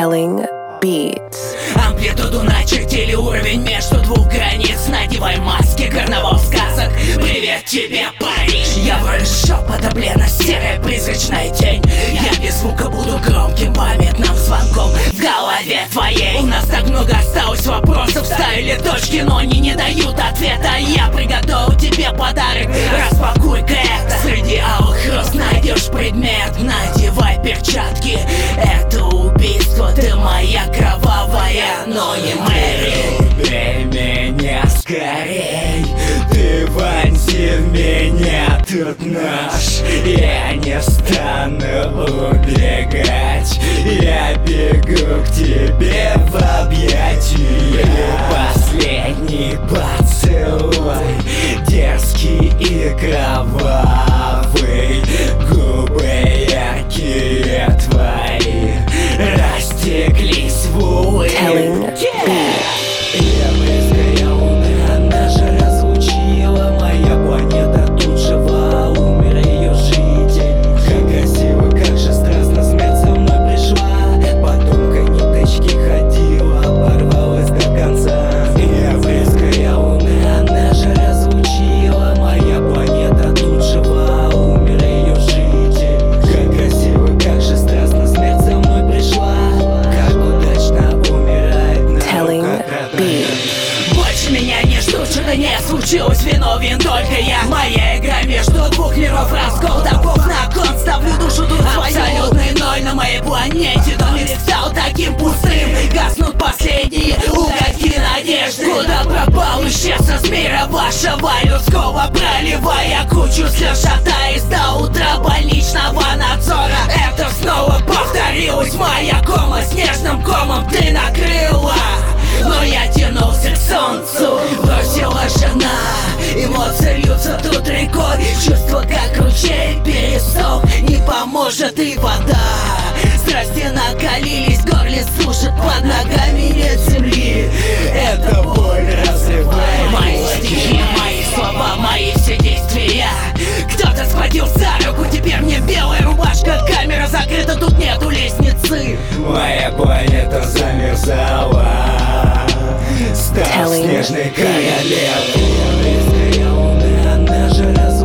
Telling Beats. Амплитуду начертили, уровень между двух границ. Надевай маски, карнавал сказок. Привет тебе, Париж. Я в роли шепота, бледно-серая призрачная тень. Я без звука буду громким памятным звонком в голове твоей. У нас так много осталось вопросов, ставили точки, но они не дают ответа. Я приготовил тебе подарок, распакуй-ка это. Среди алых роз найдешь предмет. Надевай перчатки, это убийство. Ты моя кровавая, но не Мэри. Убей меня скорей, ты вонзи в меня, тут нож. Я не стану убегать, я бегу к тебе в объятия. Последний поцелуй, дерзкий и кровавый. Губы яркие твои растеклись в улыбке. Я близко, я умер, она же разлучила. Моя планета тут жива, умер ее житель. Как красиво, как же страстно смерть со мной пришла. По тонкой ниточке ходила, порвалась до конца. Я близко, я умер, она же разлучила. Моя планета тут жива, умер ее житель. Как красиво, как же страстно смерть со мной пришла. Как удачно умирает на руках родных. Больше меня не ждут, что-то не случилось, виновен только я. Моя игра между двух миров, раскол добов на кон. Ставлю душу тут свою. Абсолютный ноль на моей планете. Дом мир стал таким пустым. Гаснут последние угольки надежды. Куда пропал, исчез из мира вашего людского, проливая кучу слез, шатаясь до утра больничного надзора. Это снова повторилось, моя кома снежным комом ты накрыла. Но я тянулся к солнцу, бросила жена. Эмоции льются тут рекой, чувство как ручей пересох. Не поможет и вода. Страсти накалились, в горле сушат, под ногами нет земли. Эта боль разрывает Мои стихи, мои слова, мои все действия. Кто-то схватил за руку, теперь мне белая рубашка. Камера закрыта, тут нету лестницы. Моя планета замерзала, став Telling снежной королевой. Я близко, я умер, она же